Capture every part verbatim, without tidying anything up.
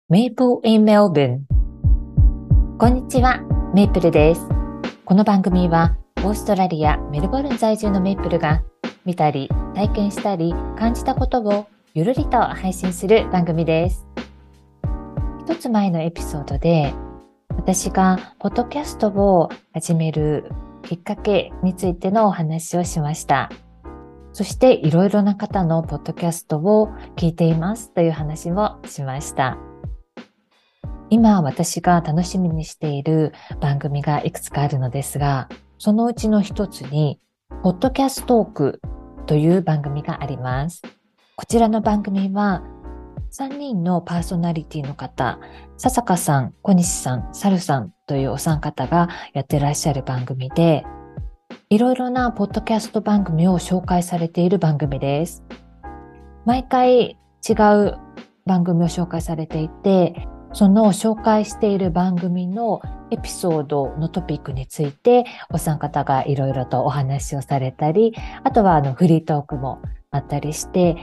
メイプル in Melbourne。こんにちは、メイプルです。この番組はオーストラリア・メルボルン在住のメイプルが見たり体験したり感じたことをゆるりと配信する番組です。一つ前のエピソードで私がポッドキャストを始めるきっかけについてのお話をしました。そしていろいろな方のポッドキャストを聞いていますという話もしました。今私が楽しみにしている番組がいくつかあるのですが、そのうちの一つにポッドキャストークという番組があります。こちらの番組はさんにんのパーソナリティの方、笹香さん、小西さん、サルさんというお三方がやってらっしゃる番組で、いろいろなポッドキャスト番組を紹介されている番組です。毎回違う番組を紹介されていて、その紹介している番組のエピソードのトピックについてお三方がいろいろとお話をされたり、あとはあのフリートークもあったりして、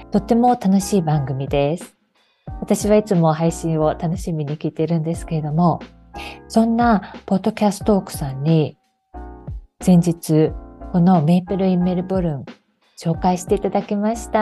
とっても楽しい番組です。私はいつも配信を楽しみに聞いてるんですけれども、そんなポッドキャストークさんに先日このメイプルインメルボルン紹介していただきました。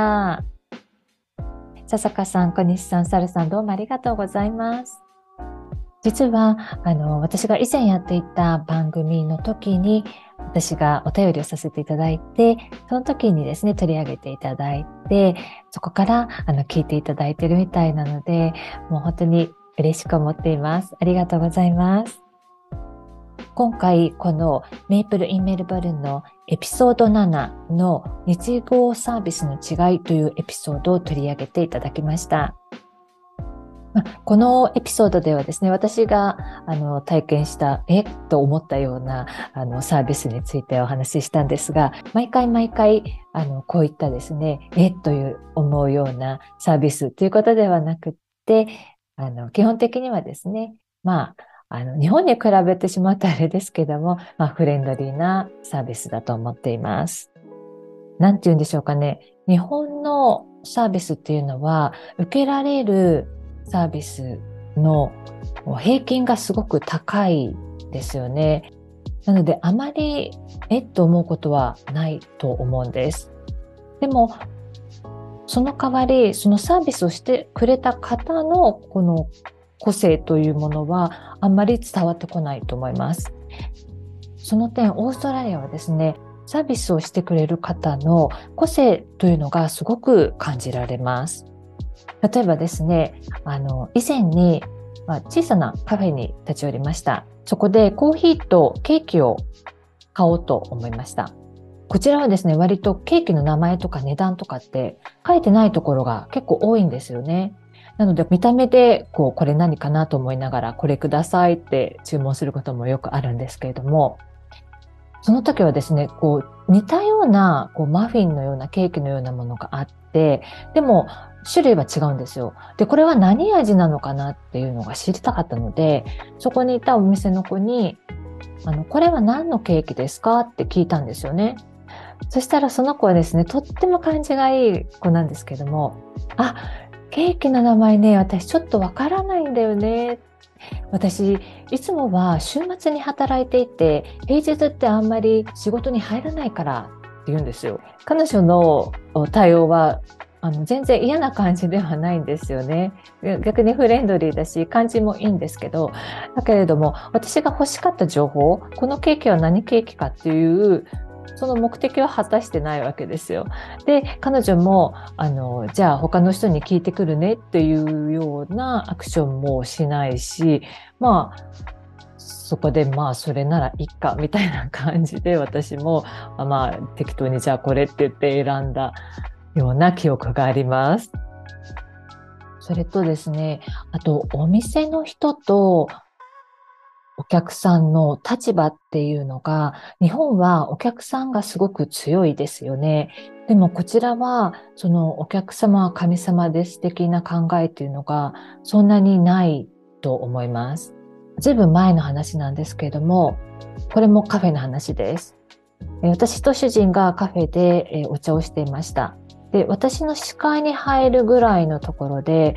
笹香さん、小西さん、サルさん、どうもありがとうございます。実はあの私が以前やっていた番組の時に私がお便りをさせていただいて、その時にですね取り上げていただいて、そこからあの聞いていただいているみたいなので、もう本当に嬉しく思っています。ありがとうございます。今回このメイプルインメルボルンのエピソードななの日語サービスの違いというエピソードを取り上げていただきました。このエピソードではですね、私があの体験したえっと思ったようなあのサービスについてお話ししたんですが、毎回毎回あのこういったですね、えっという思うようなサービスということではなくって、あの基本的にはですね、まああの日本に比べてしまうとあれですけども、まあ、フレンドリーなサービスだと思っています。なんて言うんでしょうかね。日本のサービスっていうのは受けられるサービスの平均がすごく高いですよね。なのであまりえっと思うことはないと思うんです。でもその代わりそのサービスをしてくれた方のこの個性というものはあんまり伝わってこないと思います。その点オーストラリアはですね、サービスをしてくれる方の個性というのがすごく感じられます。例えばですね、あの以前に、まあ、小さなカフェに立ち寄りました。そこでコーヒーとケーキを買おうと思いました。こちらはですね、割とケーキの名前とか値段とかって書いてないところが結構多いんですよね。なので見た目でこうこれ何かなと思いながらこれくださいって注文することもよくあるんですけれども、その時はですね、こう似たようなこうマフィンのようなケーキのようなものがあって、でも種類は違うんですよ。で、これは何味なのかなっていうのが知りたかったので、そこにいたお店の子に、あの、これは何のケーキですかって聞いたんですよね。そしたらその子はですね、とっても感じがいい子なんですけども、あ、ケーキの名前ね、私ちょっとわからないんだよね。私いつもは週末に働いていて、平日ってあんまり仕事に入らないからって言うんですよ。彼女の対応はあの全然嫌な感じではないんですよね。逆にフレンドリーだし感じもいいんですけど、だけれども私が欲しかった情報、このケーキは何ケーキかっていうその目的は果たしてないわけですよ。で、彼女もあのじゃあ他の人に聞いてくるねっていうようなアクションもしないし、まあそこでまあそれならいいかみたいな感じで、私もまあ適当にじゃあこれって言って選んだような記憶があります。それとですね、あとお店の人とお客さんの立場っていうのが、日本はお客さんがすごく強いですよね。でもこちらはそのお客様は神様です的な考えっていうのがそんなにないと思います。ずいぶん前の話なんですけれども、これもカフェの話です。私と主人がカフェでお茶をしていました。で、私の視界に入るぐらいのところで、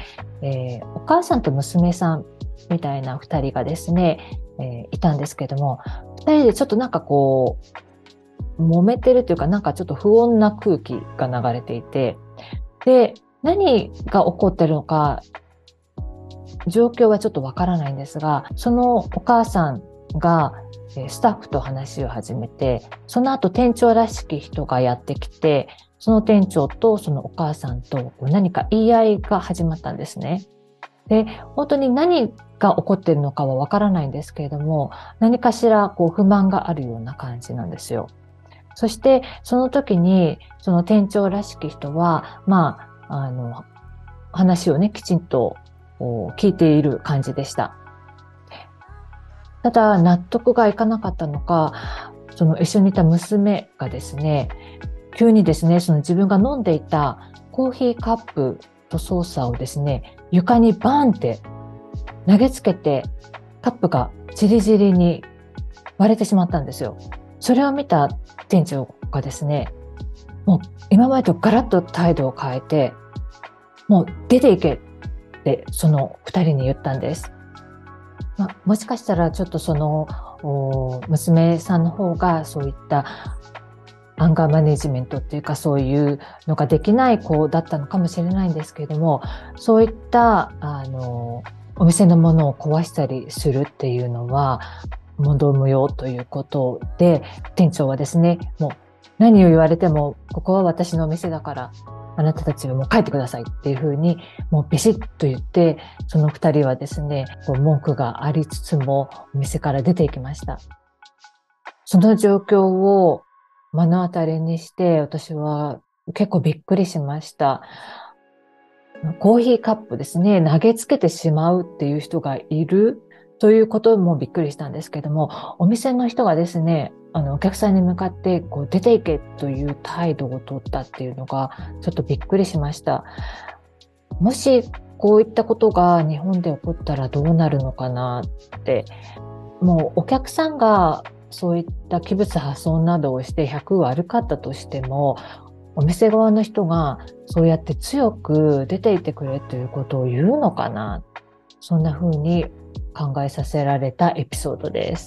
えー、お母さんと娘さんみたいなふたりがですね、えー、いたんですけども、ふたりでちょっとなんかこう揉めてるというか、なんかちょっと不穏な空気が流れていて、で何が起こってるのか状況はちょっとわからないんですが、そのお母さんがスタッフと話を始めて、その後店長らしき人がやってきて、その店長とそのお母さんと何か言い合いが始まったんですね。で、本当に何が起こっているのかはわからないんですけれども、何かしらこう不満があるような感じなんですよ。そしてその時にその店長らしき人は、まあ、あの話をねきちんと聞いている感じでした。ただ納得がいかなかったのか、その一緒にいた娘がですね、急にですね、その自分が飲んでいたコーヒーカップとソーサーをですね、床にバーンって投げつけて、カップがジリジリに割れてしまったんですよ。それを見た店長がですね、もう今までとガラッと態度を変えて、もう出ていけってそのふたりに言ったんです。まあ、もしかしたらちょっとその娘さんの方がそういったアンガーマネジメントっていうか、そういうのができない子だったのかもしれないんですけれども、そういったあのお店のものを壊したりするっていうのは問答無用ということで、店長はですね、もう何を言われてもここは私のお店だからあなたたちはもう帰ってくださいっていうふうにもうビシッと言って、そのふたりはですね、こう文句がありつつもお店から出ていきました。その状況を目の当たりにして私は結構びっくりしました。コーヒーカップですね、投げつけてしまうっていう人がいるということもびっくりしたんですけども、お店の人がですね、あのお客さんに向かってこう出ていけという態度を取ったっていうのがちょっとびっくりしました。もしこういったことが日本で起こったらどうなるのかなって、もうお客さんがそういった器物破損などをしてひゃく悪かったとしても、お店側の人がそうやって強く出ていてくれということを言うのかな、そんな風に考えさせられたエピソードです。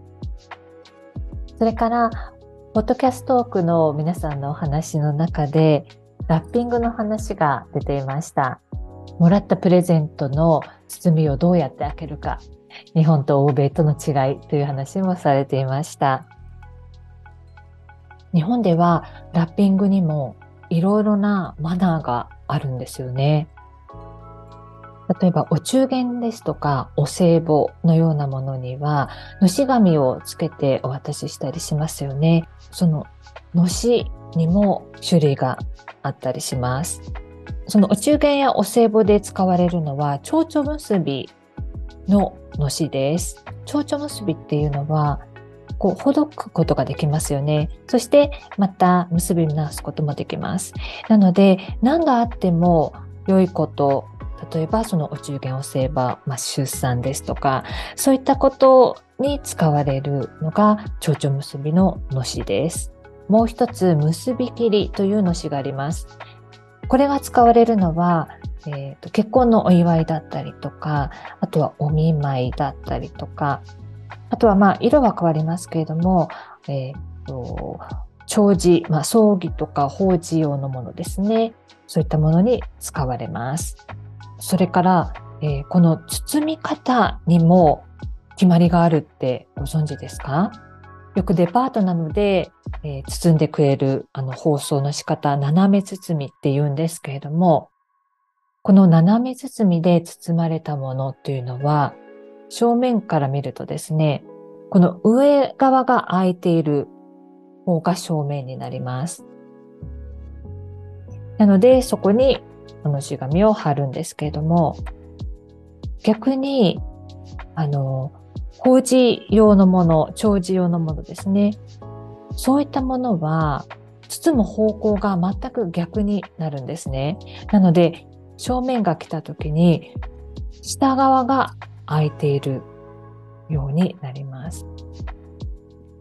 それからポッドキャストトークの皆さんのお話の中でラッピングの話が出ていました。もらったプレゼントの包みをどうやって開けるか、日本と欧米との違いという話もされていました。日本ではラッピングにもいろいろなマナーがあるんですよね。例えばお中元ですとかお歳暮のようなものにはのし紙をつけてお渡ししたりしますよね。そののしにも種類があったりします。そのお中元やお歳暮で使われるのは蝶々結びののしです。蝶々結びっていうのはこうほどくことができますよね。そしてまた結び直すこともできます。なので何があっても良いこと、例えばそのお中元お歳暮、まあ、出産ですとか、そういったことに使われるのが蝶々結びののしです。もう一つ結び切りというのしがあります。これが使われるのは、えーと、結婚のお祝いだったりとか、あとはお見舞いだったりとか、あとはまあ色は変わりますけれども、えーと、弔辞、まあ、葬儀とか法事用のものですね。そういったものに使われます。それから、えー、この包み方にも決まりがあるってご存知ですか？よくデパートなので、えー、包んでくれるあの包装の仕方、斜め包みって言うんですけれども、この斜め包みで包まれたものっていうのは、正面から見るとですね、この上側が開いている方が正面になります。なので、そこにこのし紙を貼るんですけれども、逆に、あの、法事用のもの、弔辞用のものですね。そういったものは、包む方向が全く逆になるんですね。なので、正面が来た時に、下側が開いているようになります。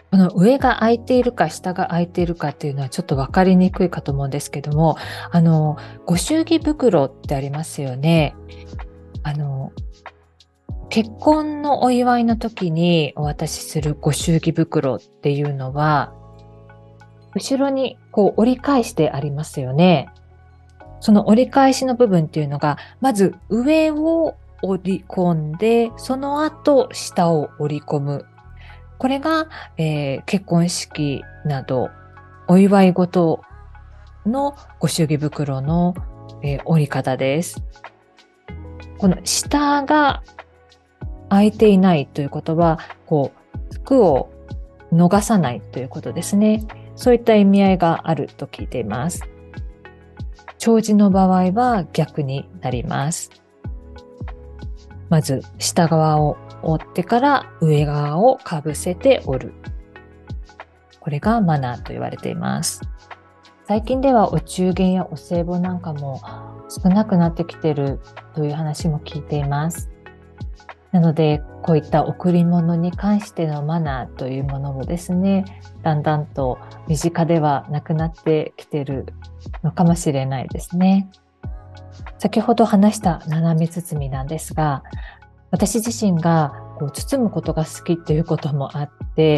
この上が空いているか下が空いているかっていうのはちょっと分かりにくいかと思うんですけども、あの、ご祝儀袋ってありますよね。あの、結婚のお祝いの時にお渡しするご祝儀袋っていうのは、後ろにこう折り返してありますよね。その折り返しの部分っていうのが、まず上を折り込んで、その後下を折り込む。これが、えー結婚式などお祝い事のご祝儀袋の、えー折り方です。この下が空いていないということは、こう服を逃さないということですね。そういった意味合いがあると聞いています。弔辞の場合は逆になります。まず下側を折ってから上側をかぶせて折る。これがマナーと言われています。最近ではお中元やお歳暮なんかも少なくなってきているという話も聞いています。なのでこういった贈り物に関してのマナーというものもですね、だんだんと身近ではなくなってきているのかもしれないですね。先ほど話した斜め包みなんですが、私自身がこう包むことが好きということもあって、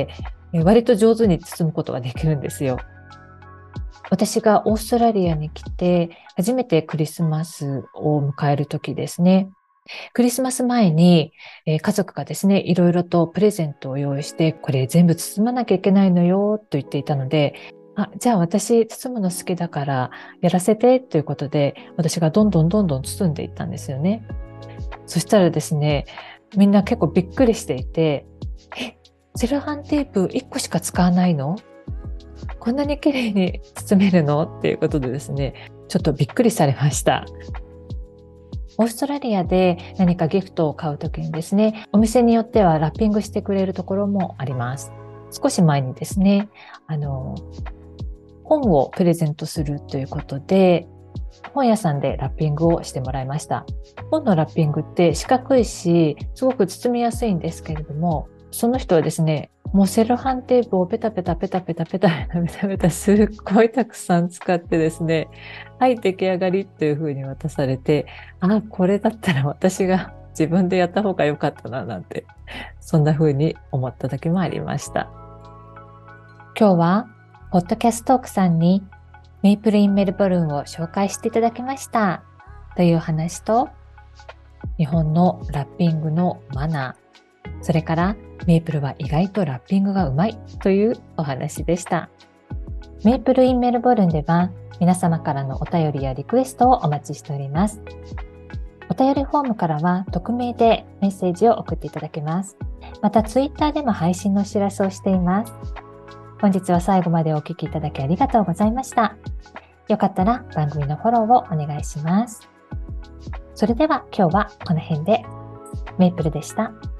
割と上手に包むことができるんですよ。私がオーストラリアに来て初めてクリスマスを迎える時ですね。クリスマス前に、えー家族がですね、いろいろとプレゼントを用意して、これ全部包まなきゃいけないのよと言っていたので、あ、じゃあ私包むの好きだからやらせてということで、私がどんどんどんどん包んでいったんですよね。そしたらですね、みんな結構びっくりしていて、え、セロハンテープいっこしか使わないの？こんなに綺麗に包めるの？っていうことでですね、ちょっとびっくりされました。オーストラリアで何かギフトを買うときにですね、お店によってはラッピングしてくれるところもあります。少し前にですね、あの、本をプレゼントするということで、本屋さんでラッピングをしてもらいました。本のラッピングって四角いし、すごく包みやすいんですけれども、その人はですね、もうセロハンテープをペタペタペタペタペタペタペタペタすっごいたくさん使ってですね、はい、出来上がりというふうに渡されて、あ、これだったら私が自分でやった方が良かったななんて、そんなふうに思った時もありました。今日はポッドキャストトークさんにメイプルインメルボルンを紹介していただきましたという話と、日本のラッピングのマナー、それからメイプルは意外とラッピングがうまいというお話でした。メイプルインメルボルンでは皆様からのお便りやリクエストをお待ちしております。お便りフォームからは匿名でメッセージを送っていただけます。またツイッターでも配信のお知らせをしています。本日は最後までお聞きいただきありがとうございました。よかったら番組のフォローをお願いします。それでは今日はこの辺で。メイプルでした。